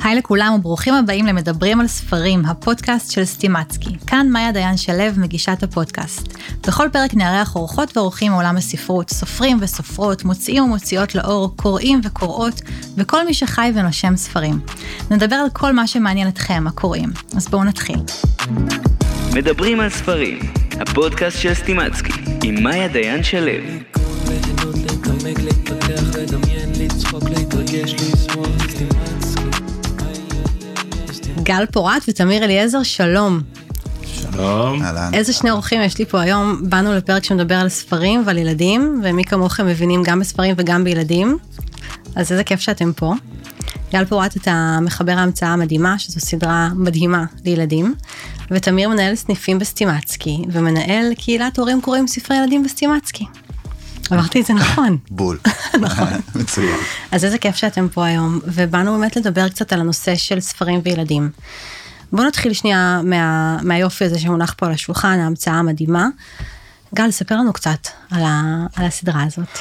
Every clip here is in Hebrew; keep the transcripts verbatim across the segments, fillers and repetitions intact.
היי לכולם וברוכים הבאים למדברים על ספרים, הפודקאסט של סטימצקי. כאן מאיה דיין שלו מגישת הפודקאסט. בכל פרק נארח אורחות ואורחים מעולם הספרות, סופרים וסופרות, מוציאים ומוציאות לאור, קוראים וקוראות, וכל מי שחי ונושם ספרים. נדבר על כל מה שמעניין אתכם, הקוראים. אז בואו נתחיל. מדברים על ספרים, הפודקאסט של סטימצקי, עם מאיה דיין שלו. גל פורט ותמיר אליעזר, שלום. שלום. איזה שני אורחים יש לי פה היום. באנו לפרק שמדבר על ספרים ועל ילדים, ומי כמוכם מבינים גם בספרים וגם בילדים. אז איזה כיף שאתם פה. גל פורט אתה מחבר ההמצאה המדהימה, שזו סדרה מדהימה לילדים, ותמיר מנהל סניפים בסטימצקי, ומנהל קהילת הורים קוראים ספרי ילדים בסטימצקי. אמרתי את זה נכון. בול. נכון. מצוין. אז איזה כיף שאתם פה היום, ובאנו באמת לדבר קצת על הנושא של ספרים וילדים. בואו נתחיל שנייה מה, מהיופי הזה שמונח פה על השולחן, ההמצאה המדהימה. גל, ספר לנו קצת על, ה, על הסדרה הזאת.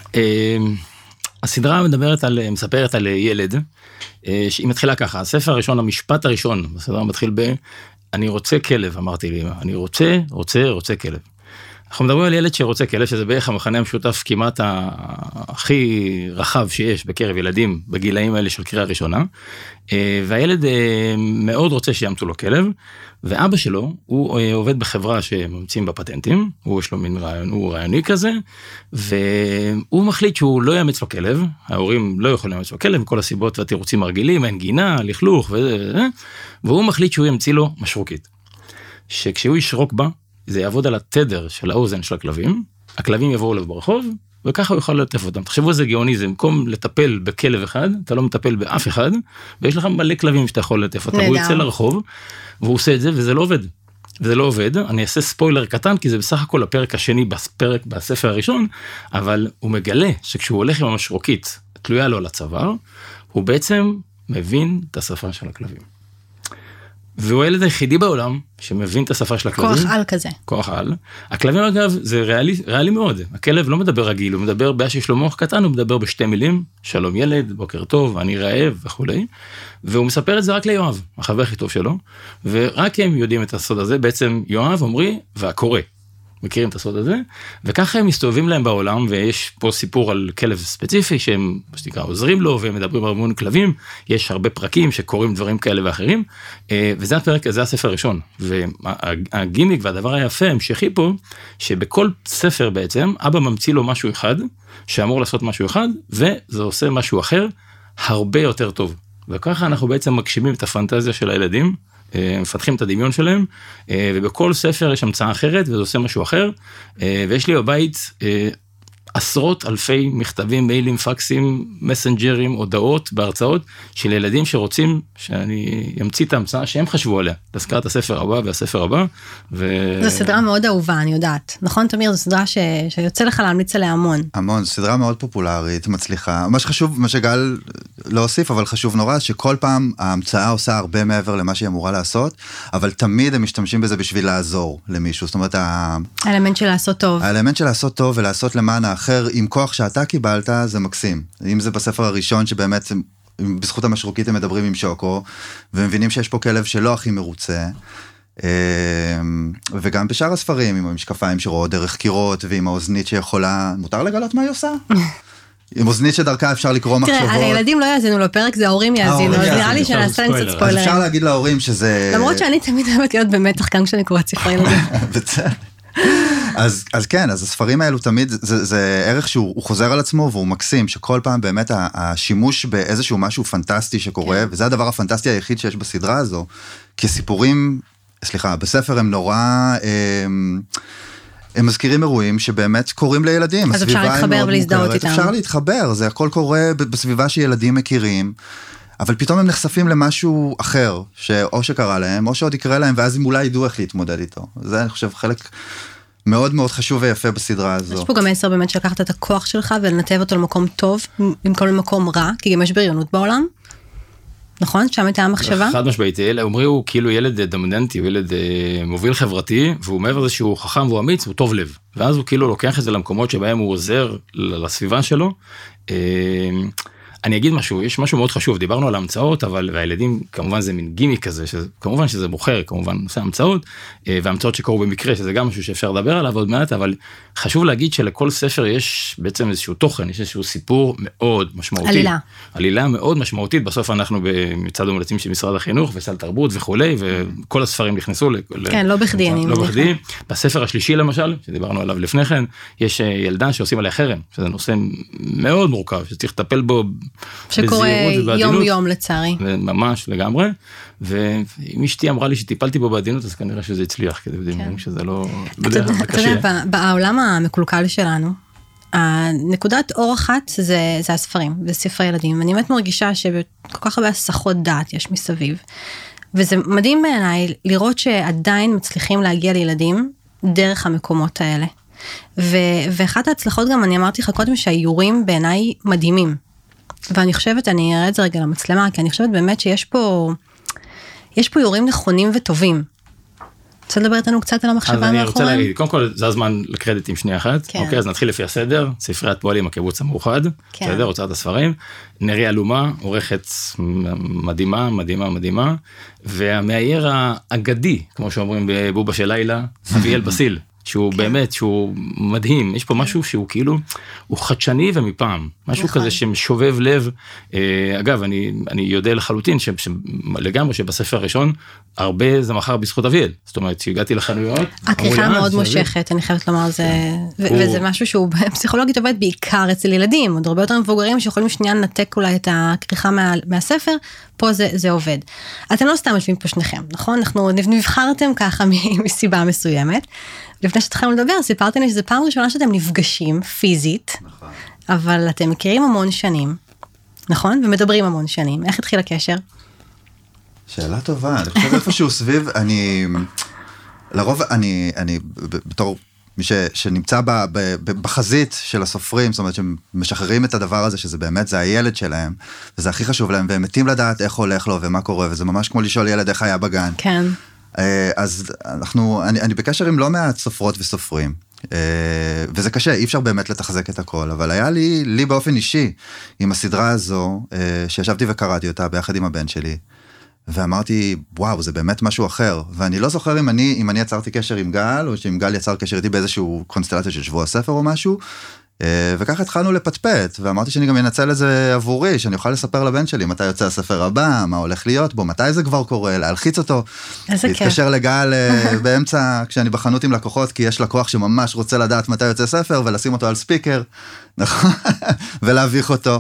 הסדרה מדברת על, מספרת על ילד, שהיא מתחילה ככה, הספר הראשון, המשפט הראשון, הסדרה מתחיל ב, אני רוצה כלב, אמרתי לי, אני רוצה, רוצה, רוצה כלב. אנחנו מדברים על ילד שרוצה כלב, שזה בערך המחנה המשותף כמעט הכי רחב שיש בקרב ילדים בגילאים האלה של קריאה ראשונה, והילד מאוד רוצה שיאמצו לו כלב, ואבא שלו, הוא עובד בחברה שממציאים בפטנטים, הוא יש לו מין רעיון, הוא רעיוני כזה, והוא מחליט שהוא לא יאמץ לו כלב, ההורים לא יכולים לאמץ לו כלב, מכל הסיבות והתירוצים הרגילים, אין גינה, לכלוך וזה, והוא מחליט שהוא ימציא לו משרוקית, שכשהוא ישרוק בה, זה יעבוד על התדר של האוזן של הכלבים, הכלבים יבואו לו ברחוב, וככה הוא יכול לטף אותם. תחשבו איזה גאוני, זה במקום לטפל בכלב אחד, אתה לא מטפל באף אחד, ויש לך מלא כלבים שאתה יכול לטף אותם, הוא יצא לרחוב, והוא עושה את זה, וזה לא עובד. וזה לא עובד, אני אעשה ספוילר קטן, כי זה בסך הכל הפרק השני בפרק, בספר הראשון, אבל הוא מגלה שכשהוא הולך עם המשרוקית, תלויה לו על הצוואר, הוא בעצם מבין את השפה של הכלבים. והוא הילד היחידי בעולם שמבין את השפה של הכלבים. כוח על כזה. כוח על. הכלבים אגב זה ריאלי, ריאלי מאוד. הכלב לא מדבר רגיל, הוא מדבר בעיה שיש לו מוח קטן, הוא מדבר בשתי מילים, שלום ילד, בוקר טוב, אני רעב וכו'. והוא מספר את זה רק ליואב, החבר הכי טוב שלו, ורק הם יודעים את הסוד הזה, בעצם יואב, עמרי והקורא. מכירים את הסוד הזה, וככה הם מסתובבים להם בעולם, ויש פה סיפור על כלב ספציפי, שהם, שתקרא, עוזרים לו, והם מדברים על המון כלבים, יש הרבה פרקים שקוראים דברים כאלה ואחרים, וזה הפרק, זה הספר הראשון, והגימיק והדבר היפה, המשכי פה, שבכל ספר בעצם, אבא ממציא לו משהו אחד, שאמור לעשות משהו אחד, וזה עושה משהו אחר, הרבה יותר טוב, וככה אנחנו בעצם מגשימים את הפנטזיה של הילדים, מפתחים את הדמיון שלהם, ובכל ספר יש המצאה אחרת, וזה עושה משהו אחר, ויש לי בבית עשרות אלפי מכתבים, מיילים, פקסים, מסנג'רים, הודעות, בהרצאות, של ילדים שרוצים שאני אמציא את ההמצאה שהם חשבו עליה, להזכרת הספר הבא והספר הבא. ו... זו סדרה מאוד אהובה, אני יודעת. נכון, תמיר? זו סדרה ש... שיוצא לך להמליץ עליה המון. המון, זו סדרה מאוד פופולרית, מצליחה. מה שחשוב, מה שגל לא הוסיף, אבל חשוב נורא, שכל פעם ההמצאה עושה הרבה מעבר למה שהיא אמורה לעשות, אבל תמיד הם משתמשים בזה בשביל לעזור למישהו. זאת אומרת, ה... האלמנט של לעשות טוב. האלמנט של לעשות טוב ולעשות למען האחר, עם כוח שאתה קיבלת, זה מקסים. אם זה בספר הראשון, שבאמת בזכות המשרוקית הם מדברים עם שוקו, ומבינים שיש פה כלב שלא הכי מרוצה, וגם בשאר הספרים, עם המשקפיים שרואות דרך קירות, ועם האוזנית שיכולה, מותר לגלות מה היא עושה? עם אוזנית שדרכה אפשר לקרוא מחשבות. תראה, הילדים לא יאזינו לפרק, זה ההורים יאזינו, אז נראה לי שנעשה קצת ספוילרים. אז אפשר להגיד להורים שזה... למרות שאני תמיד אוהבת להיות במתח כאן כשאני קוראת ספרי ילדים. אז, אז כן, אז הספרים האלו תמיד, זה, זה ערך שהוא חוזר על עצמו, והוא מקסים, שכל פעם באמת השימוש באיזשהו משהו פנטסטי שקורה, כן. וזה הדבר הפנטסטי היחיד שיש בסדרה הזו, כי סיפורים, סליחה, בספר הם נורא, הם, הם מזכירים אירועים שבאמת קורים לילדים. אז אפשר להתחבר ולהזדהות איתם. אפשר להתחבר, זה הכל קורה בסביבה שילדים מכירים, אבל פתאום הם נחשפים למשהו אחר, שאו שקרה להם, או שעוד יקרה להם, ואז הם אולי ידעו איך להתמודד איתו. זה, אני חושב, חלק מאוד מאוד חשוב ויפה בסדרה הזו. יש פה גם מסר באמת שלקחת את הכוח שלך, ולנתב אותו למקום טוב, במקום למקום רע, כי גם יש בריונות בעולם. נכון? שם הייתה המחשבה? חד משמעית, אומרי הוא כאילו ילד דומיננטי, הוא ילד מוביל חברתי, והוא מעבר לזה שהוא חכם והוא אמיץ, הוא טוב לב. ואז הוא כאילו לוקח את זה למקומות שבהם הוא עוזר לסביבה שלו. אני אגיד משהו, יש משהו מאוד חשוב, דיברנו על ההמצאות, אבל הילדים, כמובן זה מין גימי כזה, כמובן שזה בוחר, כמובן נושא ההמצאות, וההמצאות שקורו במקרה, שזה גם משהו שאפשר לדבר עליו עוד מעט, אבל חשוב להגיד שלכל ספר יש בעצם איזשהו תוכן, יש איזשהו סיפור מאוד משמעותי. עלילה. עלילה מאוד משמעותית, בסוף אנחנו במצד המומלצים של משרד החינוך, וסל תרבות וכולי, וכל הספרים נכנסו. כן, לא בכדי, אני לא בכדי. בספר השלישי למשל, שדיברנו עליו לפני כן, יש ילדה שעושים עליה חרם, שזה נושא מאוד מורכב, שצריך לטפל בו שקורה יום יום לצערי. ממש לגמרי, ואם אשתי אמרה לי שטיפלתי בו בעדינות, אז כנראה שזה הצליח, כדי יודעים שזה לא... אתה יודע, בעולם המקולקל שלנו, הנקודת אור אחת זה, זה הספרים, זה ספרי ילדים. אני באמת מרגישה שכל כך הרבה הסחות דעת יש מסביב. וזה מדהים בעיניי לראות שעדיין מצליחים להגיע לילדים דרך המקומות האלה. ו, ואחת ההצלחות גם, אני אמרתי לך קודם שהאיורים בעיניי מדהימים. ואני חושבת, אני אראה את זה רגע למצלמה, כי אני חושבת באמת שיש פה, יש פה איורים נכונים וטובים. רוצה לדבר איתנו קצת על המחשבה מאחוריהם? אז אני רוצה להגיד, קודם כל זה הזמן לקרדיט עם שנייה אחת, כן. אוקיי, אז נתחיל לפי הסדר, ספריית פועלים הקיבוץ המאוחד, כן. בסדר, הוצאת הספרים, נרי אלומה, עורכת מדהימה, מדהימה, מדהימה, והמאייר האגדי, כמו שאומרים בבובה של לילה, אביאל בסיל, שהוא כן. באמת, שהוא מדהים, יש פה משהו שהוא כאילו, הוא חדשני ומפעם, משהו נכון. כזה שמשובב לב, אגב, אני, אני יודע לחלוטין, ש, ש, לגמרי שבספר הראשון, הרבה זה מחר בזכות אביאל, זאת אומרת, שהגעתי לחנויות, הכריכה מאוד מושכת, אני חייבת לומר, זה, ו- הוא... וזה משהו שהוא פסיכולוגית עובד בעיקר אצל ילדים, עוד הרבה יותר מבוגרים שיכולים שנייה לנתק אולי את הכריכה מה, מהספר, פה זה, זה עובד. אתם לא סתם יושבים פה שניכם, נכון? אנחנו נבחרתם ככה מסיבה מסוימת, לפני שהתחלנו לדבר, סיפרתם לי שזו פעם ראשונה שאתם נפגשים פיזית, נכון. אבל אתם מכירים המון שנים, נכון? ומדברים המון שנים. איך התחיל הקשר? שאלה טובה. אני חושב איפשהו סביב, אני, לרוב, אני, אני, בתור מי ש, שנמצא ב, ב, בחזית של הסופרים, זאת אומרת, שמשחררים את הדבר הזה, שזה באמת, זה הילד שלהם, וזה הכי חשוב להם, והם מתים לדעת איך הולך לו ומה קורה, וזה ממש כמו לשאול ילד איך היה בגן. כן. אז אנחנו, אני, אני בקשר עם לא מעט סופרות וסופרים, וזה קשה, אי אפשר באמת לתחזק את הכל, אבל היה לי, לי באופן אישי, עם הסדרה הזו, שישבתי וקראתי אותה ביחד עם הבן שלי, ואמרתי, וואו, זה באמת משהו אחר, ואני לא זוכר אם אני, אם אני יצרתי קשר עם גל, או שאם גל יצר קשר איתי באיזשהו קונסטלציה של שבוע הספר או משהו, וככה התחלנו לפטפט, ואמרתי שאני גם אנצל את זה עבורי, שאני אוכל לספר לבן שלי מתי יוצא הספר הבא, מה הולך להיות בו, מתי זה כבר קורה, להלחיץ אותו, להתקשר לגל באמצע, כשאני בחנות עם לקוחות, כי יש לקוח שממש רוצה לדעת מתי יוצא ספר, ולשים אותו על ספיקר, נכון? ולהביך אותו.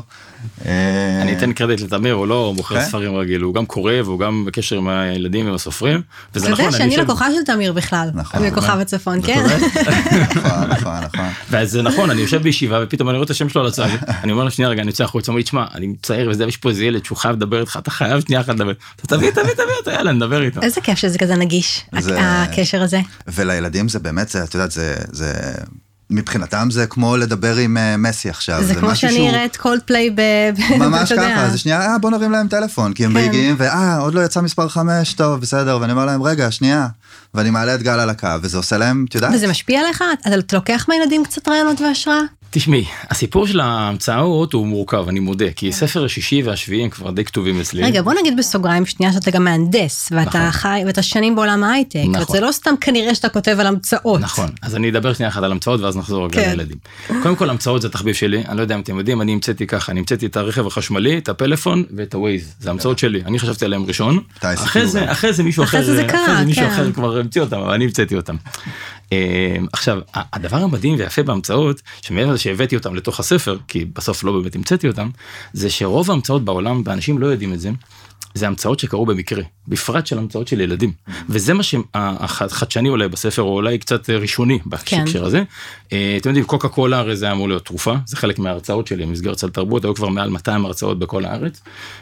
אני אתן קרדיט לתמיר, הוא לא מוכר ספרים רגיל, הוא גם קורא, והוא גם בקשר עם הילדים ועם הסופרים, וזה נכון. אתה יודע שאני לקוחה של תמיר בכלל, אני לקוחה בצפון, כן. נכון, נכון, נכון. וזה נכון, אני יושב בישיבה, ופתאום אני רואה את השם שלו על הצג, אני אומר לו, שנייה רגע, אני יוצא החוץ, הוא אומר לי, תשמע, אני מצער, וזה, יש פה איזה ילד שהוא חייב לדבר איתך, אתה חייב שנייה אחת לדבר, אתה תביא, תביא, תביא, אתה יאללה, נדבר איתו. איזה כיף שזה כזה נגיש, הקשר הזה. ולילדים זה באמת, את יודעת, זה מבחינתם זה כמו לדבר עם מסי עכשיו. זה כמו שאני אראה את קולדפליי ב... ממש ככה, זה שנייה, אה, בוא נרים להם טלפון, כי הם מגיעים, ואה, עוד לא יצא מספר חמש, טוב, בסדר, ואני אומר להם, רגע, שנייה, ואני מעלה את גל על הקו, וזה עושה להם, את יודעת? וזה משפיע עליך? אתה לוקח מהילדים קצת רעיונות והשראה? תשמעי, הסיפור של ההמצאות הוא מורכב, אני מודה, כי ספר השישי והשביעי הם כבר די כתובים אצלי. רגע, בוא נגיד בסוגריים שנייה שאתה גם מהנדס, ואתה חי, ואתה שנים בעולם ההייטק, זה לא סתם כנראה שאתה כותב על המצאות. נכון, אז אני אדבר שנייה אחת על המצאות, ואז נחזור רגע לילדים. קודם כל, המצאות זה תחביב שלי, אני לא יודע אם אתם יודעים, אני המצאתי ככה, אני המצאתי את הרכב החשמלי, את הפלאפון ואת הווייז, זה המצאות שלי, אני חשבתי עליהם ראשון, אחרי זה מישהו אחר, אחרי זה מישהו אחר כבר המציא אותם, אבל אני המצאתי אותם. עכשיו, הדבר המדהים ויפה בהמצאות, שמעבר לזה שהבאתי אותם לתוך הספר, כי בסוף לא באמת המצאתי אותם, זה שרוב ההמצאות בעולם, ואנשים לא יודעים את זה, זה המצאות שקרו במקרה, בפרט של המצאות של ילדים. וזה מה שהחדשני אולי בספר, או אולי קצת ראשוני בהקשר הזה. אתם יודעים, קוקה קולה הרי זה אמור להיות תרופה, זה חלק מההרצאות שלי, במסגרת סל תרבות, היו כבר מעל מאתיים הרצאות בכל הארץ.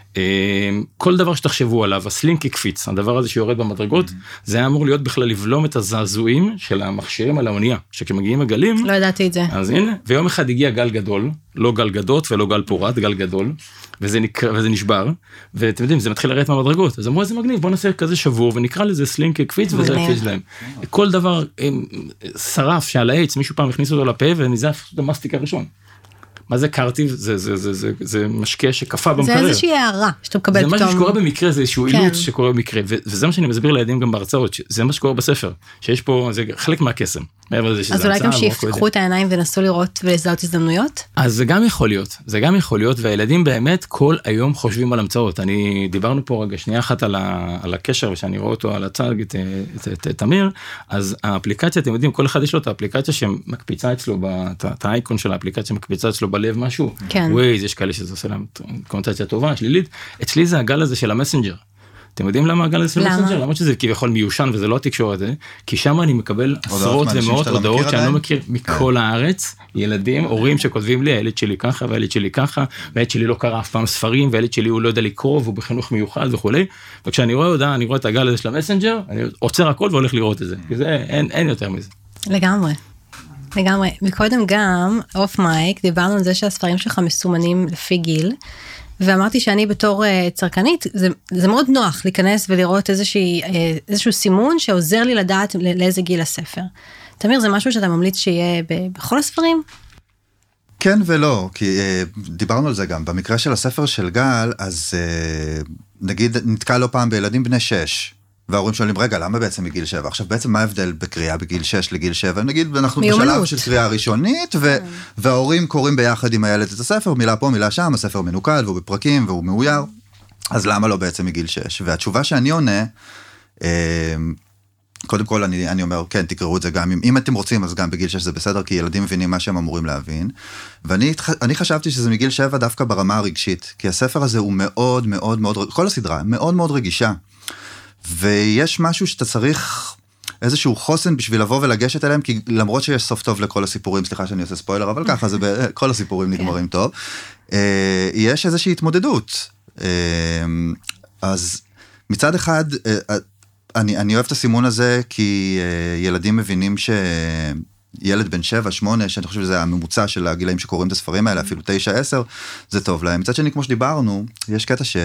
כל דבר שתחשבו עליו, הסלינק יקפיץ, הדבר הזה שיורד במדרגות, זה היה אמור להיות בכלל לבלום את הזעזועים של המכשירים על האונייה, שכמגיעים הגלים. לא ידעתי את זה. אז הנה, ויום אחד הגיע גל גדול, לא גל גדות ולא גל פורת, גל גדול, וזה, נקרא, וזה נשבר, ואתם יודעים, זה מתחיל לרדת מהמדרגות, אז אמרו, איזה מגניב, בוא נעשה כזה שבור, ונקרא לזה סלינק יקפיץ, וזה יקפיץ להם. כל דבר, שרף שעל העץ, מישהו פעם הכניס אותו לפה, ונזה המסטיק הראשון. מה זה קרטיב? זה, זה, זה, זה, זה משקה שקפה במקרר. זה איזושהי הערה שאתה מקבל פתאום. זה פתאום. משהו שקורה במקרה, זה איזשהו כן. אילוץ שקורה במקרה, וזה מה שאני מסביר לילדים גם בהרצאות, זה מה שקורה בספר, שיש פה, זה חלק מהקסם. אז אולי גם שיפתחו את העיניים ונסו לראות ולזהות הזדמנויות? אז זה גם יכול להיות, זה גם יכול להיות, והילדים באמת כל היום חושבים על המצאות. אני, דיברנו פה רגע שנייה אחת על, ה, על הקשר, ושאני רואה אותו על הצד, את, את, את, את אמיר, אז האפליקציה, אתם יודעים, כל אחד יש לו את האפליקציה שמקפיצה אצלו, את האייקון של האפליקציה מקפיצה אצלו בלב משהו, כן. ווייז, יש כאלה שזה עושה להם קונוטציה טובה, שלילית, אצלי זה הגל הזה של המסנג'ר. אתם יודעים למה הגל הזה של מסנג'ר? למרות שזה כביכול מיושן וזה לא התקשורת, כי שם אני מקבל עשרות ומאות הודעות שאני לא מכיר מכל הארץ, ילדים, הורים שכותבים לי, הילד שלי ככה והילד שלי ככה, והילד שלי לא קרא אף פעם ספרים, והילד שלי הוא לא יודע לקרוא, והוא בחינוך מיוחד וכולי, וכשאני רואה הודעה, אני רואה את הגל הזה של המסנג'ר, אני עוצר הכל והולך לראות את זה, כי זה, אין, אין יותר מזה. לגמרי. לגמרי. מקודם גם, אוף מייק, דיברנו על זה שהספרים שלך מסומנים לפי גיל, ואמרתי שאני בתור uh, צרכנית, זה, זה מאוד נוח להיכנס ולראות איזושהי, uh, איזשהו סימון שעוזר לי לדעת לאיזה גיל הספר. תמיר, זה משהו שאתה ממליץ שיהיה ב- בכל הספרים? כן ולא, כי uh, דיברנו על זה גם. במקרה של הספר של גל, אז uh, נגיד נתקע לא פעם בילדים בני שש, וההורים שואלים, רגע, למה בעצם מגיל שבע? עכשיו, בעצם מה ההבדל בקריאה בגיל שש לגיל שבע? נגיד, אנחנו בשלב של קריאה ראשונית, ו- וההורים קוראים ביחד עם הילד את הספר, מילה פה, מילה שם, הספר מנוקד, והוא בפרקים, והוא מאויר, אז למה לא בעצם מגיל שש? והתשובה שאני עונה, קודם כל אני, אני אומר, כן, תקראו את זה גם, אם, אם אתם רוצים, אז גם בגיל שש זה בסדר, כי ילדים מבינים מה שהם אמורים להבין, ואני אני חשבתי שזה מגיל שבע דווקא ברמה הרגשית, כי הספר הזה הוא מאוד מאוד מאוד, כל הסדרה, מאוד מאוד רגישה, ויש משהו שאתה צריך איזשהו חוסן בשביל לבוא ולגשת אליהם, כי למרות שיש סוף טוב לכל הסיפורים, סליחה שאני עושה ספוילר, אבל ככה זה, כל הסיפורים נגמרים טוב, יש איזושהי התמודדות. אז מצד אחד, אני, אני אוהב את הסימון הזה, כי ילדים מבינים ש... ילד בן שבע, שמונה, שאני חושב שזה הממוצע של הגילאים שקוראים את הספרים האלה, אפילו תשע, עשר, זה טוב להם. מצד שני, כמו שדיברנו, יש קטע ש...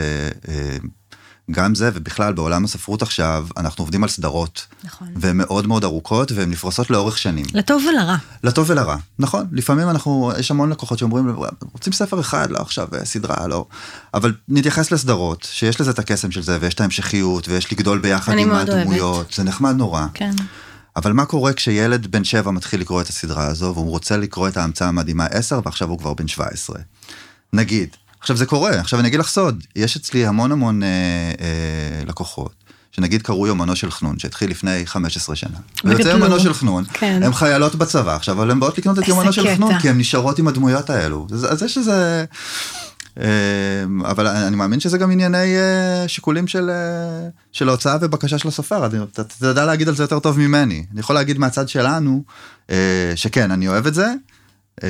גם זה, ובכלל בעולם הספרות עכשיו, אנחנו עובדים על סדרות. נכון. והן מאוד מאוד ארוכות, והן נפרסות לאורך שנים. לטוב ולרע. לטוב ולרע, נכון. לפעמים אנחנו, יש המון לקוחות שאומרים, רוצים ספר אחד, לא עכשיו, סדרה, לא. אבל נתייחס לסדרות, שיש לזה את הקסם של זה, ויש את ההמשכיות, ויש לגדול ביחד עם הדמויות. זה נחמד נורא. כן. אבל מה קורה כשילד בן שבע מתחיל לקרוא את הסדרה הזו, והוא רוצה לקרוא את ההמצאה המדהימה עשר, ועכשיו הוא כבר בן שבע עשרה. נגיד. עכשיו זה קורה, עכשיו אני אגיד לך סוד, יש אצלי המון המון אה, אה, לקוחות, שנגיד קראו יומנו של חנון, שהתחיל לפני חמש עשרה שנה. ויוצא יומנו של חנון, כן. הם חיילות בצבא עכשיו, אבל הם באות לקנות את יומנו של חנון, כי הן נשארות עם הדמויות האלו. אז יש שזה... אה, אבל אני מאמין שזה גם ענייני אה, שיקולים של, אה, של ההוצאה ובקשה של הסופר, אתה, אתה, אתה יודע להגיד על זה יותר טוב ממני. אני יכול להגיד מהצד שלנו, אה, שכן, אני אוהב את זה, אה,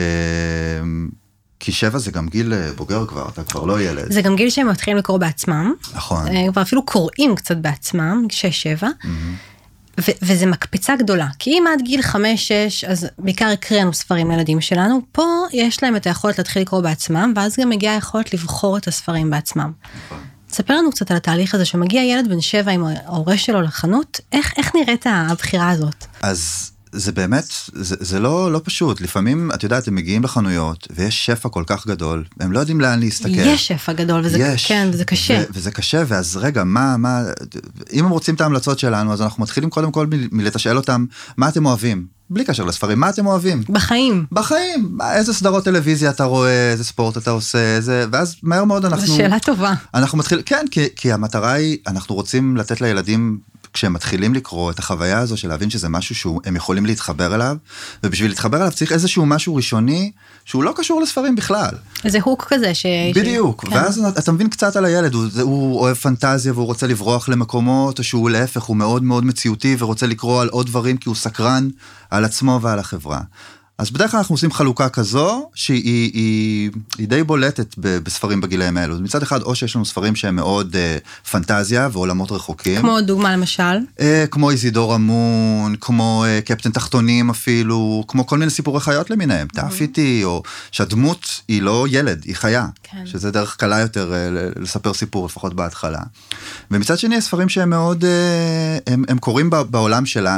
כי שבע זה גם גיל בוגר כבר, אתה כבר לא ילד. זה גם גיל שהם מתחילים לקרוא בעצמם. נכון. כבר אפילו קוראים קצת בעצמם, שש, שבע. וזה מקפיצה גדולה. כי אם עד גיל חמש, שש, אז בעיקר הקראנו ספרים לילדים שלנו, פה יש להם את היכולת להתחיל לקרוא בעצמם, ואז גם מגיעה היכולת לבחור את הספרים בעצמם. תספר לנו קצת על התהליך הזה, שמגיע ילד בן שבע עם ההורה שלו לחנות, איך, איך נראית הבחירה הזאת? אז... זה באמת, זה, זה לא, לא פשוט. לפעמים, את יודעת, הם מגיעים לחנויות, ויש שפע כל כך גדול, הם לא יודעים לאן להסתכל. יש שפע גדול, וזה, יש, כן, וזה קשה. ו, וזה קשה, ואז רגע, מה, מה, אם הם רוצים את ההמלצות שלנו, אז אנחנו מתחילים קודם כל מ- מלתשאל אותם, מה אתם אוהבים? בלי קשר לספרים, מה אתם אוהבים? בחיים. בחיים. איזה סדרות טלוויזיה אתה רואה, איזה ספורט אתה עושה, איזה, ואז מהר מאוד אנחנו... זו שאלה טובה. אנחנו מתחיל, כן, כי, כי המטרה היא, אנחנו רוצים לתת לילדים, כשהם מתחילים לקרוא את החוויה הזו של להבין שזה משהו שהם יכולים להתחבר אליו, ובשביל להתחבר אליו צריך איזשהו משהו ראשוני, שהוא לא קשור לספרים בכלל. איזה הוק כזה ש... בדיוק, ש... ואז כן. אתה מבין קצת על הילד, הוא, הוא אוהב פנטזיה והוא רוצה לברוח למקומות, או שהוא להפך, הוא מאוד מאוד מציאותי ורוצה לקרוא על עוד דברים, כי הוא סקרן על עצמו ועל החברה. אז בדרך כלל אנחנו עושים חלוקה כזו, שהיא היא, היא, היא די בולטת בספרים בגילאים האלו. מצד אחד, או שיש לנו ספרים שהם מאוד אה, פנטזיה ועולמות רחוקים. כמו דוגמה למשל? אה, כמו איזידור אמון, כמו אה, קפטן תחתונים אפילו, כמו כל מיני סיפורי חיות למיניהם, תעף איתי, או שהדמות היא לא ילד, היא חיה. כן. שזה דרך קלה יותר אה, לספר סיפור, לפחות בהתחלה. ומצד שני, הספרים שהם מאוד, אה, הם, הם קוראים בעולם שלנו.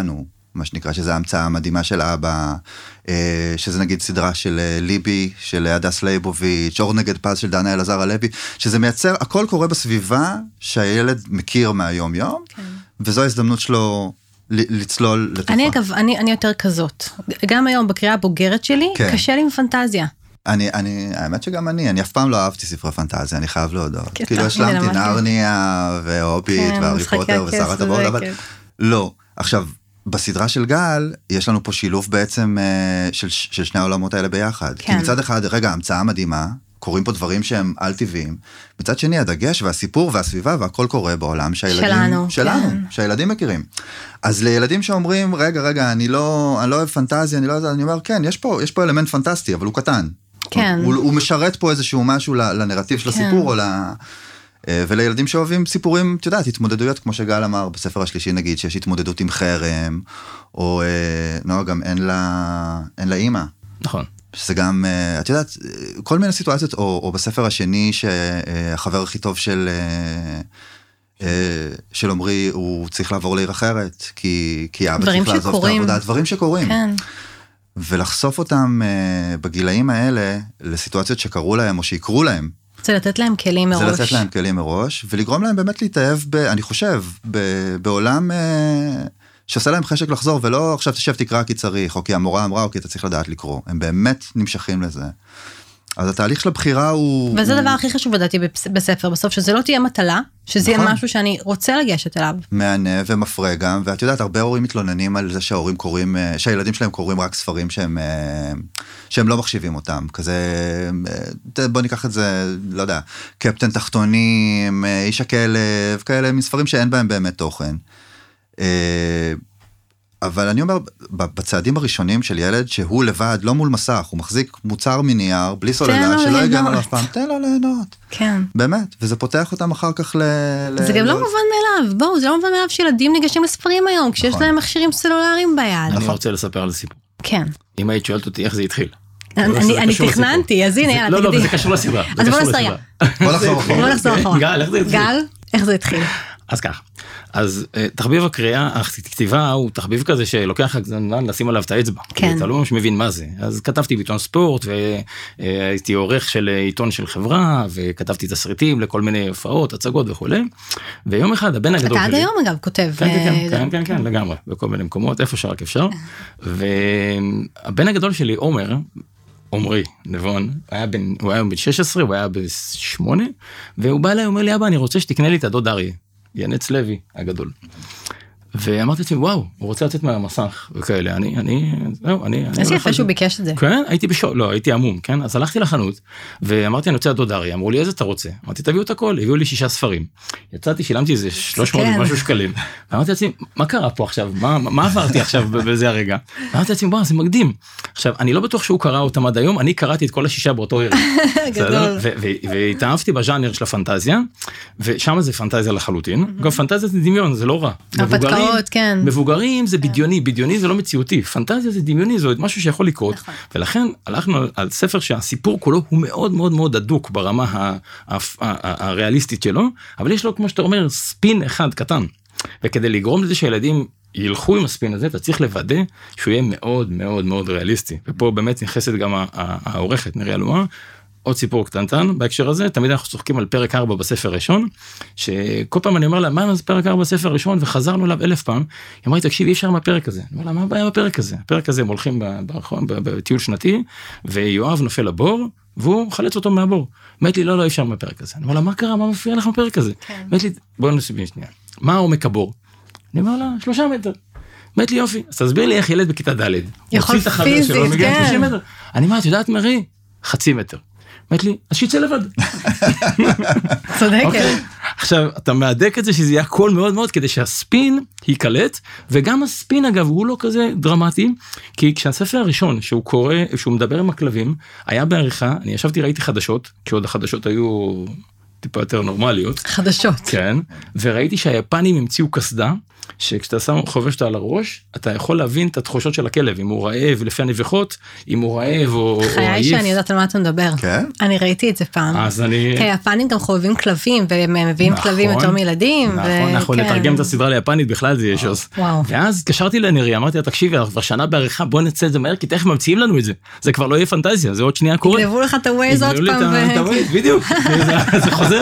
מה שנקרא, שזה ההמצאה המדהימה של אבא, שזה נגיד סדרה של ליבי, של הדס ליבוביץ', אור נגד פז של דנה אלעזר הלוי, שזה מייצר, הכל קורה בסביבה שהילד מכיר מהיום יום, כן. וזו ההזדמנות שלו לצלול לתוכה. אני אגב, אני, אני יותר כזאת. גם היום בקריאה הבוגרת שלי, כן. קשה לי עם פנטזיה. אני, אני, האמת שגם אני, אני אף פעם לא אהבתי ספרי פנטזיה, אני חייב להודות. כאילו השלמתי נרניה, והוביט, והארי פוטר, ושרת הבור, אבל לא. עכשיו, בסדרה של גל, יש לנו פה שילוב בעצם של, של שני העולמות האלה ביחד. כי מצד אחד, רגע, המצאה מדהימה, קורים פה דברים שהם על טבעיים. מצד שני, הדגש והסיפור והסביבה, והכל קורה בעולם שהילדים... שלנו. שלנו, כן. שהילדים מכירים. אז לילדים שאומרים, רגע, רגע, אני לא, אני לא אוהב פנטזיה, אני לא יודע, אני אומר, כן, יש פה, יש פה אלמנט פנטסטי, אבל הוא קטן. כן. הוא, הוא משרת פה איזשהו משהו לנרטיב של הסיפור, כן. או ל... ולילדים שאוהבים סיפורים, את יודעת, התמודדויות, כמו שגל אמר בספר השלישי, נגיד, שיש התמודדות עם חרם, או, לא, גם אין לה, אין לה אימא. נכון. שזה גם, את יודעת, כל מיני סיטואציות, או, או בספר השני, שהחבר הכי טוב של, של עומרי, הוא צריך לעבור לעיר אחרת, כי, כי אבא צריך לעזוב את העבודה, דברים שקורים. כן. ולחשוף אותם בגילאים האלה, לסיטואציות שקרו להם, או שיקרו להם, זה לתת להם כלים מראש. זה לתת להם כלים מראש, ולגרום להם באמת להתאהב, ב, אני חושב, ב, בעולם אה, שעושה להם חשק לחזור, ולא עכשיו תשב תקרא כי צריך, או כי המורה אמרה, או כי אתה צריך לדעת לקרוא. הם באמת נמשכים לזה. אז התהליך של הבחירה הוא... וזה הדבר הכי חשוב לדעתי בספר, בסוף, שזה לא תהיה מטלה, שזה יהיה משהו שאני רוצה לגשת אליו. מענה ומפרה גם, ואת יודעת, הרבה הורים מתלוננים על זה שההורים קוראים, שהילדים שלהם קוראים רק ספרים שהם, שהם לא מחשיבים אותם, כזה, בוא ניקח את זה, לא יודע, קפטן תחתונים, איש הכלב, כאלה, מספרים שאין בהם באמת תוכן. אבל אני אומר, בצעדים הראשונים של ילד, שהוא לבד, לא מול מסך, הוא מחזיק מוצר מנייר, בלי סוללה, שלא יגן עליו פעם, תן לו ליהנות. כן. באמת, וזה פותח אותם אחר כך ל... זה גם לא מובן מאליו, בואו, זה לא מובן מאליו שילדים ניגשים לספרים היום, כשיש להם מכשירים סלולריים ביד. אני רוצה לספר על סיפור. כן. אם היית שואלת אותי איך זה התחיל. אני תכננתי, אז הנה, יאללה, תגידי. לא, לא, זה קשור לסדרה. אז בוא נסתרגע. בוא נחזור אחורה. בוא נחזור אחורה. גל, איך זה התחיל? גל, איך זה התחיל? אז כך, אז תחביב הקריאה, הכתיבה הוא תחביב כזה שלוקח זמן לשים עליו את האצבע. כן. אתה לא ממש מבין מה זה. אז כתבתי בעיתון ספורט, והייתי עורך של עיתון של חברה, וכתבתי תסריטים לכל מיני הופעות, הצגות וכו'. ויום אחד הבן הגדול שלי... אתה עד היום אגב כותב. כן, כן, כן, כן, כן, לגמרי, בכל מיני מקומות, איפה שרק אפשר. והבן הגדול שלי, עומר, עומרי, נבון, היה בן, הוא היה בן שש עשרה, הוא היה בן שמונה, והוא בא אליי, הוא אומר לי, אבא, אני רוצה שתקנה לי את הדוד אריה, ינץ לוי הגדול. ואמרתי לעצמי, וואו, הוא רוצה לצאת מהמסך, וכאלה, אני, אני, זהו, אני... איזה יפה שהוא ביקש את זה. כן, הייתי בשוק, לא, הייתי עמום, כן? אז הלכתי לחנות, ואמרתי, אני רוצה לדוד אריה, אמרו לי, איזה אתה רוצה? אמרתי, תביאו את הכל, הביאו לי שישה ספרים. יצאתי, שילמתי איזה שלוש מאות ומשהו שקלים. ואמרתי לעצמי, מה קרה פה עכשיו? מה, מה עברתי עכשיו בזה הרגע? ואמרתי לעצמי, וואו, זה מקדים. עכשיו, אני לא בטוח שהוא קרא אותם עד היום, אני קראתי את כל השישה באותו ערב. גדול. והתאהבתי בז'אנר של הפנטזיה, ושם זה פנטזיה לחלוטין. גם פנטזיה זה דמיון, זה לא רע. כן. מבוגרים זה בדיוני, בדיוני זה לא מציאותי, פנטזיה זה דמיוני, זה משהו שיכול לקרות, נכון. ולכן הלכנו על ספר שהסיפור כולו הוא מאוד מאוד מאוד הדוק ברמה הריאליסטית שלו, אבל יש לו, כמו שאתה אומר, ספין אחד קטן, וכדי לגרום לזה שהילדים ילכו עם הספין הזה, אתה צריך לוודא שהוא יהיה מאוד מאוד מאוד ריאליסטי, ופה באמת נכנסת גם העורכת נריה לומה, עוד סיפור קטנטן בהקשר הזה, תמיד אנחנו צוחקים על פרק ארבע בספר ראשון, שכל פעם אני אומר לה, מה זה פרק ארבע בספר ראשון, וחזרנו אליו אלף פעם, היא אמרה לי, תקשיב, אי אפשר מהפרק הזה. אני אומר לה, מה הבעיה בפרק הזה? הפרק הזה הם הולכים בטיול שנתי, ויואב נופל לבור, והוא מחלץ אותו מהבור. אמרת לי, לא, לא, אי אפשר מהפרק הזה. אני אומר לה, מה קרה? מה מפריע לך מהפרק הזה? אמרת לי, בואו נסיבים שנייה. מה עומק הבור? אני אומר לה, שלושה מטר. אמרת לי, יופי, אז תסביר לי איך ילד בכיתה ד' יכול פיזית, כן. אני אומר, את יודעת, מרי? חצי מטר. אמרת לי, אז שיצא לבד. צודקת. עכשיו, אתה מעדק את זה שזה יהיה הכל מאוד מאוד, כדי שהספין ייקלט, וגם הספין אגב הוא לא כזה דרמטי, כי כשהספר הראשון שהוא קורא, שהוא מדבר עם הכלבים, היה בעריכה, אני ישבתי, ראיתי חדשות, כשעוד החדשות היו טיפה יותר נורמליות. חדשות. כן, וראיתי שהיפנים המציאו קסדה, שכשאתה שם חובש אותה על הראש, אתה יכול להבין את התחושות של הכלב, אם הוא רעב לפי הנביחות, אם הוא רעב או עייף. חיי שאני יודעת על מה אתה מדבר. כן? אני ראיתי את זה פעם. אז אני... כי היפנים גם חובבים כלבים, והם מביאים כלבים יותר מילדים. נכון, נכון, לתרגם את הסדרה ליפנית, בכלל זה יש עוש. ואז התקשרתי לנרי, אמרתי לה, תקשיבי, כבר שנה בעריכה, בוא נצא את זה מהר, כי תכף ממציאים לנו את זה. זה כבר לא יהיה פנטזיה, זה עוד שנייה קורה. יגנבו לך את הווייז עוד פעם. בדיוק, זה חוזר.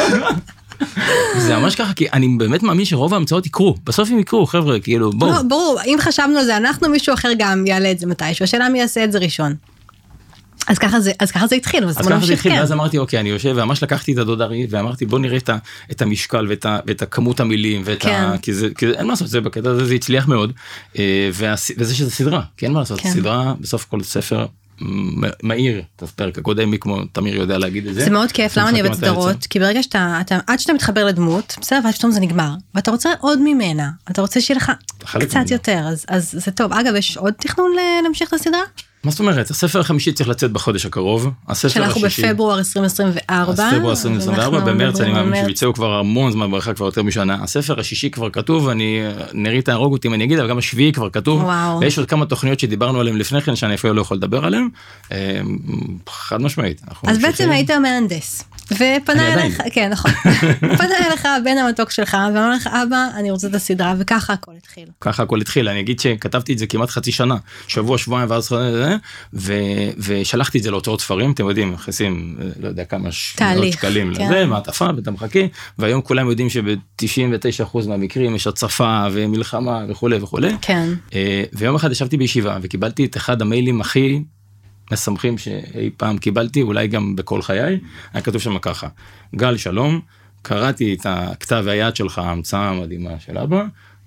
זה ממש ככה, כי אני באמת מאמין שרוב ההמצאות יקרו, בסוף הם יקרו, חבר'ה, כאילו, בואו. לא, ברור, אם חשבנו על זה, אנחנו, מישהו אחר גם יעלה את זה מתישהו, השאלה מי יעשה את זה ראשון. אז ככה זה, אז ככה זה התחיל, אז ככה זה התחיל, ואז אמרתי, אוקיי, אני יושב, וממש לקחתי את הדודרי, ואמרתי, בוא נראה את המשקל, ואת הכמות המילים, כי זה, אין מה לעשות, זה בקטע הזה, זה הצליח מאוד, וזה שזה סדרה, כי אין מה לעשות, סדרה, בסוף כל ספר, מהיר, את הפרק הקודם, מי כמו תמיר יודע להגיד את זה. זה מאוד כיף, למה אני אוהבת סדרות? כי ברגע שאתה, עד שאתה מתחבר לדמות, בסדר, ועד שתום זה נגמר, ואתה רוצה עוד ממנה, אתה רוצה שיהיה לך קצת יותר, אז זה טוב. אגב, יש עוד תכנון להמשיך את הסדרה? מה זאת אומרת? הספר החמישי צריך לצאת בחודש הקרוב. שאנחנו בפברואר עשרים עשרים וארבע. פברואר עשרים עשרים וארבע, במרץ אני מאמין שיצאו כבר המון זמן, ברכה כבר יותר משנה. הספר השישי כבר כתוב, אני נראית להרוג אותי אם אני אגיד, אבל גם השביעי כבר כתוב. ויש עוד כמה תוכניות שדיברנו עליהן לפני כן, שאני אפילו לא יכול לדבר עליהן. חד משמעית. אז בעצם היית מהנדס. ופנה אליך, כן, נכון. פנה אליך בן המתוק שלך, ואמר לך, אבא, אני רוצה את הסדרה, וככה הכל התחיל. ככה הכל התחיל. אני אגיד שכתבתי את זה כמעט חצי שנה, שבוע, שבועיים, ואז ושלחתי את זה להוצאות ספרים, אתם יודעים, מכניסים, לא יודע כמה מאות שקלים לזה, מעטפה, ואתה מחכה, והיום כולם יודעים שב-תשעים ותשעה אחוז מהמקרים יש הצפה ומלחמה וכו' וכו'. כן. ויום אחד ישבתי בישיבה, וקיבלתי את אחד המיילים הכי משמחים שאי פעם קיבלתי, אולי גם בכל חיי, היה כתוב שם ככה, גל שלום, קראתי את הכתב והיד שלך, ההמצאה המדהימה של אבא,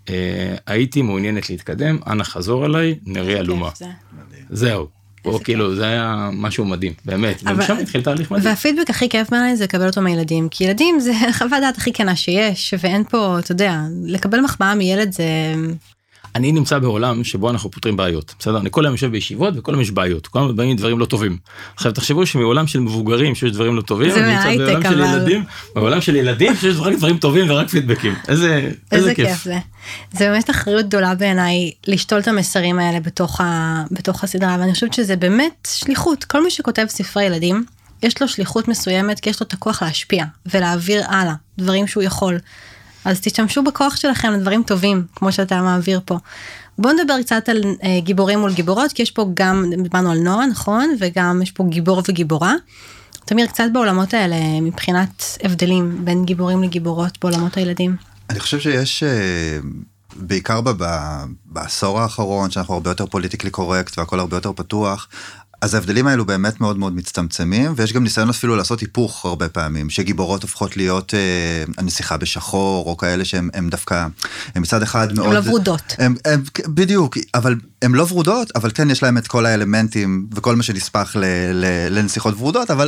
הייתי מעוניינת להתקדם, אנא חזור אליי, נראה אלומה. זהו, או כאילו זה היה משהו מדהים, באמת, ומשם התחיל תהליך מדהים. והפידבק הכי כיף מעלי זה לקבל אותו מהילדים, כי ילדים זה חוות דעת הכי כנה שיש, ואין פה, אתה יודע, לקבל מחמאה מילד זה... אני נמצא בעולם שבו אנחנו פותרים בעיות, בסדר? אני כל היום יושב בישיבות וכל היום יש בעיות, כל היום באים דברים לא טובים. עכשיו תחשבו שמעולם של מבוגרים שיש דברים לא טובים, זה מהייטק אבל... ילדים, בעולם של ילדים שיש רק דברים טובים ורק פידבקים. איזה, איזה כיף זה. זה באמת אחריות גדולה בעיניי לשתול את המסרים האלה בתוך, ה... בתוך הסדרה, ואני חושבת שזה באמת שליחות. כל מי שכותב ספרי ילדים, יש לו שליחות מסוימת, כי יש לו את הכוח להשפיע ולהעביר הלאה, דברים שהוא יכול. אז תשתמשו בכוח שלכם לדברים טובים, כמו שאתה מעביר פה. בואו נדבר קצת על אה, גיבורים מול גיבורות, כי יש פה גם, דיברנו על נועה, נכון? וגם יש פה גיבור וגיבורה. תמיר, קצת בעולמות האלה, מבחינת הבדלים בין גיבורים לגיבורות בעולמות הילדים. אני חושב שיש, אה, בעיקר ב, בעשור האחרון, שאנחנו הרבה יותר פוליטיקלי קורקט, והכל הרבה יותר פתוח, אז ההבדלים האלו באמת מאוד מאוד מצטמצמים, ויש גם ניסיון אפילו לעשות היפוך הרבה פעמים, שגיבורות הופכות להיות אה, הנסיכה בשחור, או כאלה שהם הם דווקא, הם מצד אחד מאוד... הם לא ורודות. הם, הם, בדיוק, אבל הם לא ורודות, אבל כן יש להם את כל האלמנטים, וכל מה שנספח ל, ל, לנסיכות ורודות, אבל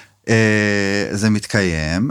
אה, זה מתקיים,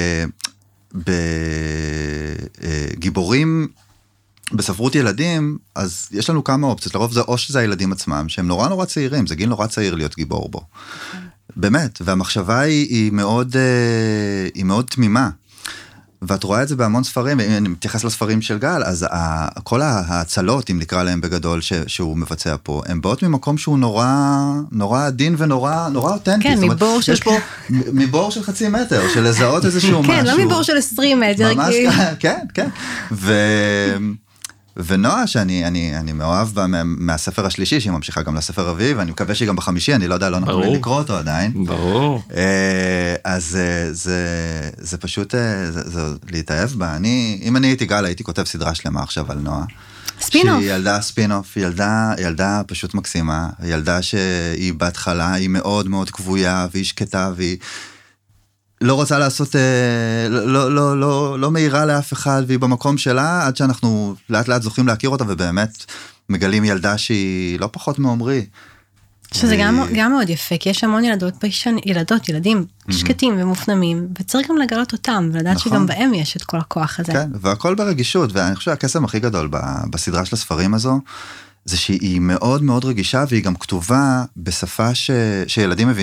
ובגיבורים... בספרות ילדים, אז יש לנו כמה אופציות, לרוב זה או שזה הילדים עצמם, שהם נורא נורא צעירים, זה גיל נורא צעיר להיות גיבור בו. באמת, והמחשבה היא, היא מאוד, היא מאוד תמימה, ואת רואה את זה בהמון ספרים, ואם אני מתייחס לספרים של גל, אז כל ההצלות, אם נקרא להם בגדול, ש, שהוא מבצע פה, הם באות ממקום שהוא נורא, נורא עדין ונורא, נורא אותנטי. כן, מבור של... יש פה מבור של חצי מטר, של לזהות איזשהו משהו. כן, לא מבור של עשרים מטר. ממש, כן, כן. ו... ונועה, שאני אני, אני מאוהב בה מהספר השלישי, שהיא ממשיכה גם לספר רביעי, ואני מקווה שהיא גם בחמישי, אני לא יודע, לא נתנו לי לקרוא אותו עדיין. ברור. אז זה, זה, זה פשוט, זה, זה להתאהב בה. אני, אם אני הייתי גל, הייתי כותב סדרה שלמה עכשיו על נועה. ספינוף. שהיא ילדה ספינוף, ילדה, ילדה פשוט מקסימה, ילדה שהיא בהתחלה, היא מאוד מאוד כבויה, והיא שקטה, והיא... לא רוצה לעשות, לא, לא, לא, לא, לא מהירה לאף אחד, והיא במקום שלה, עד שאנחנו לאט לאט זוכים להכיר אותה, ובאמת מגלים ילדה שהיא לא פחות מעומרי. שזה גם, גם מאוד יפה, כי יש המון ילדות בישן, ילדות, ילדים שקטים ומופנמים, וצריך גם לגלות אותם, ולדעת נכון. שגם בהם יש את כל הכוח הזה. כן, והכל ברגישות, ואני חושב שהקסם הכי גדול בסדרה של הספרים הזו, זה שהיא מאוד מאוד רגישה, והיא גם כתובה בשפה ש... שילדים מבינים.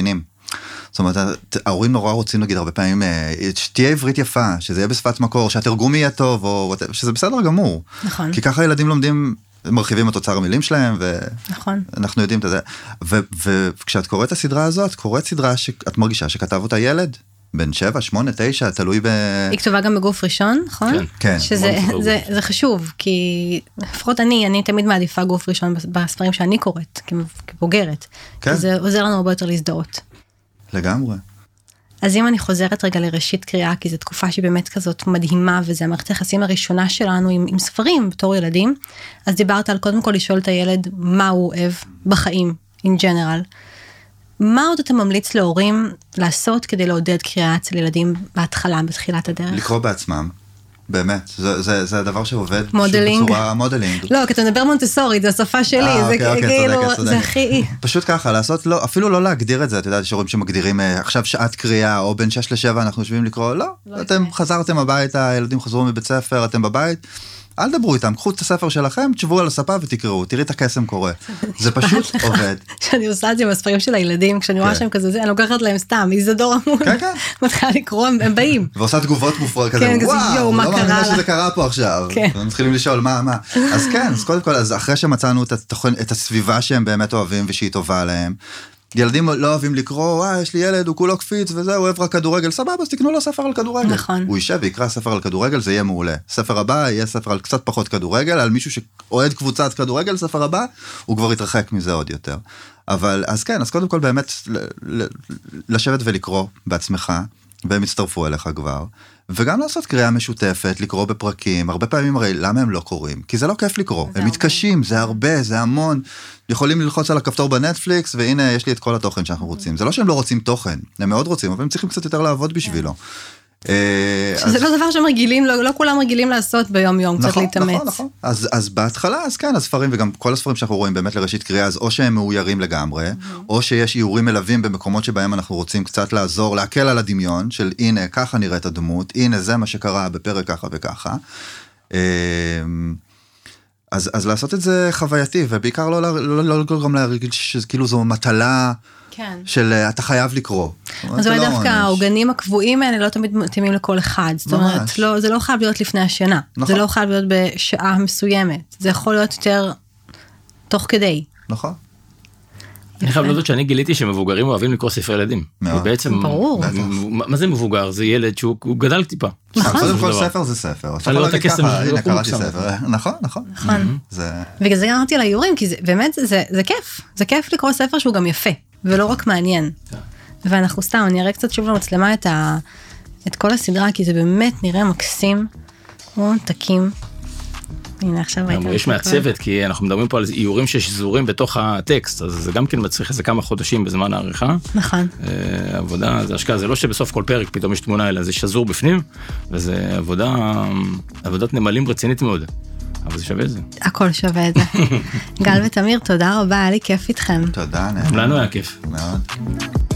זאת אומרת, ההורים נורא רוצים להגיד הרבה פעמים, שתהיה עברית יפה, שזה יהיה בשפת מקור, שהתרגום יהיה טוב, או שזה בסדר גמור. נכון. כי ככה ילדים לומדים, מרחיבים את אוצר המילים שלהם, נכון. ואנחנו יודעים את זה. וכשאת קוראת את הסדרה הזאת, קוראת סדרה שאת מרגישה שכתב אותה ילד, בן שבע, שמונה, תשע, תלוי ב... היא כתובה גם בגוף ראשון, נכון? כן. כן. שזה זה, זה חשוב, כי לפחות אני, אני תמיד מעדיפה גוף ראשון בספרים שאני קוראת, כבוגרת. כן. כי זה עוזר לנו הרבה יותר להזדהות. לגמרי. אז אם אני חוזרת רגע לראשית קריאה, כי זו תקופה שהיא באמת כזאת מדהימה, וזה המערכת היחסים הראשונה שלנו עם, עם ספרים בתור ילדים, אז דיברת על קודם כל לשאול את הילד מה הוא אוהב בחיים, in general. מה עוד אתה ממליץ להורים לעשות כדי לעודד קריאה אצל ילדים בהתחלה, בתחילת הדרך? לקרוא בעצמם. באמת, זה, זה, זה הדבר שעובד מודלינג. בצורה מודלינג. לא, כי אתה מדבר מונטסורית, זה השפה שלי, אה, זה אוקיי, אוקיי, כאילו, צודקת, צודקת. זה הכי... פשוט ככה, לעשות, לא, אפילו לא להגדיר את זה, אתה יודע, יש הורים שמגדירים, עכשיו שעת קריאה, או בין שש לשבע אנחנו יושבים לקרוא, לא, לא אתם זה. חזרתם הביתה, הילדים חזרו מבית ספר, אתם בבית, אל דברו איתם, קחו את הספר שלכם, תשבו על הספה ותקראו, תראי את הקסם קורה. זה פשוט עובד. כשאני עושה את זה עם הספרים של הילדים, כשאני רואה כן. שהם כזה, אני לוקחת להם סתם, איזדור המון, כן, כן. מתחילה לקרוא, הם באים. ועושה תגובות מופרעות כזה, כן, כזה, וואו, יואו, מה לא קרה מאמינה לה?" שזה קרה פה עכשיו. כן. והם מתחילים לשאול, מה, מה. אז כן, אז קודם כל, אז אחרי שמצאנו את התוכן, את הסביבה שהם באמת אוהבים ושהיא טובה להם, ילדים לא אוהבים לקרוא, אה, יש לי ילד, הוא כולו קפיץ וזה, הוא אוהב רק כדורגל, סבבה, אז תקנו לו ספר על כדורגל. נכון. הוא יישב ויקרא ספר על כדורגל, זה יהיה מעולה. ספר הבא יהיה ספר על קצת פחות כדורגל, על מישהו שאוהד קבוצת כדורגל, ספר הבא, הוא כבר יתרחק מזה עוד יותר. אבל, אז כן, אז קודם כל באמת, לשבת ולקרוא בעצמך, והם יצטרפו אליך כבר, וגם לעשות קריאה משותפת, לקרוא בפרקים, הרבה פעמים הרי, למה הם לא קוראים? כי זה לא כיף לקרוא, הם מתקשים, זה הרבה, זה המון, יכולים ללחוץ על הכפתור בנטפליקס, והנה יש לי את כל התוכן שאנחנו רוצים, זה לא שהם לא רוצים תוכן, הם מאוד רוצים, אבל הם צריכים קצת יותר לעבוד בשבילו. שזה לא דבר שהם רגילים, לא כולם רגילים לעשות ביום יום, קצת להתאמץ. נכון, נכון, אז בהתחלה, אז כן, הספרים, וגם כל הספרים שאנחנו רואים באמת לראשית קריאה, אז או שהם מאוירים לגמרי, או שיש איורים מלווים במקומות שבהם אנחנו רוצים קצת לעזור, להקל על הדמיון, של הנה, ככה נראית הדמות, הנה, זה מה שקרה בפרק ככה וככה. אז, אז לעשות את זה חווייתי, ובעיקר לא, לא, לא, לא גם להרגיש שכאילו זו מטלה, כן. של אתה חייב לקרוא. אז אולי דווקא העוגנים הקבועים האלה לא תמיד מתאימים לכל אחד. זאת אומרת, לא, זה לא חייב להיות לפני השינה. נכון. זה לא חייב להיות בשעה מסוימת. זה יכול להיות יותר תוך כדי. נכון. אני חייב לדעת שאני גיליתי שמבוגרים אוהבים לקרוא ספרי ילדים. מאוד. בעצם, ברור. מה זה מבוגר? זה ילד שהוא גדל טיפה. קודם כל ספר זה ספר. אפשר לראות את הקסם. הנה קראתי ספר. נכון, נכון. נכון. זה... בגלל זה אמרתי על האיורים, כי זה, באמת זה, זה, זה כיף. זה כיף לקרוא ספר שהוא גם יפה, ולא רק מעניין. ואנחנו סתם, אני אראה קצת שוב למצלמה את, ה, את כל הסדרה, כי זה באמת נראה מקסים, כמו תקים. הנה עכשיו הייתה... יש מעצבת, כי אנחנו מדברים פה על איורים ששזורים בתוך הטקסט, אז זה גם כן מצריך איזה כמה חודשים בזמן העריכה. נכון. עבודה, זה השקעה, זה לא שבסוף כל פרק פתאום יש תמונה, אלא זה שזור בפנים, וזה עבודה, עבודת נמלים רצינית מאוד. אבל זה שווה את זה. הכל שווה את זה. גל ותמיר, תודה רבה, היה לי כיף איתכם. תודה, לנו היה כיף. מאוד.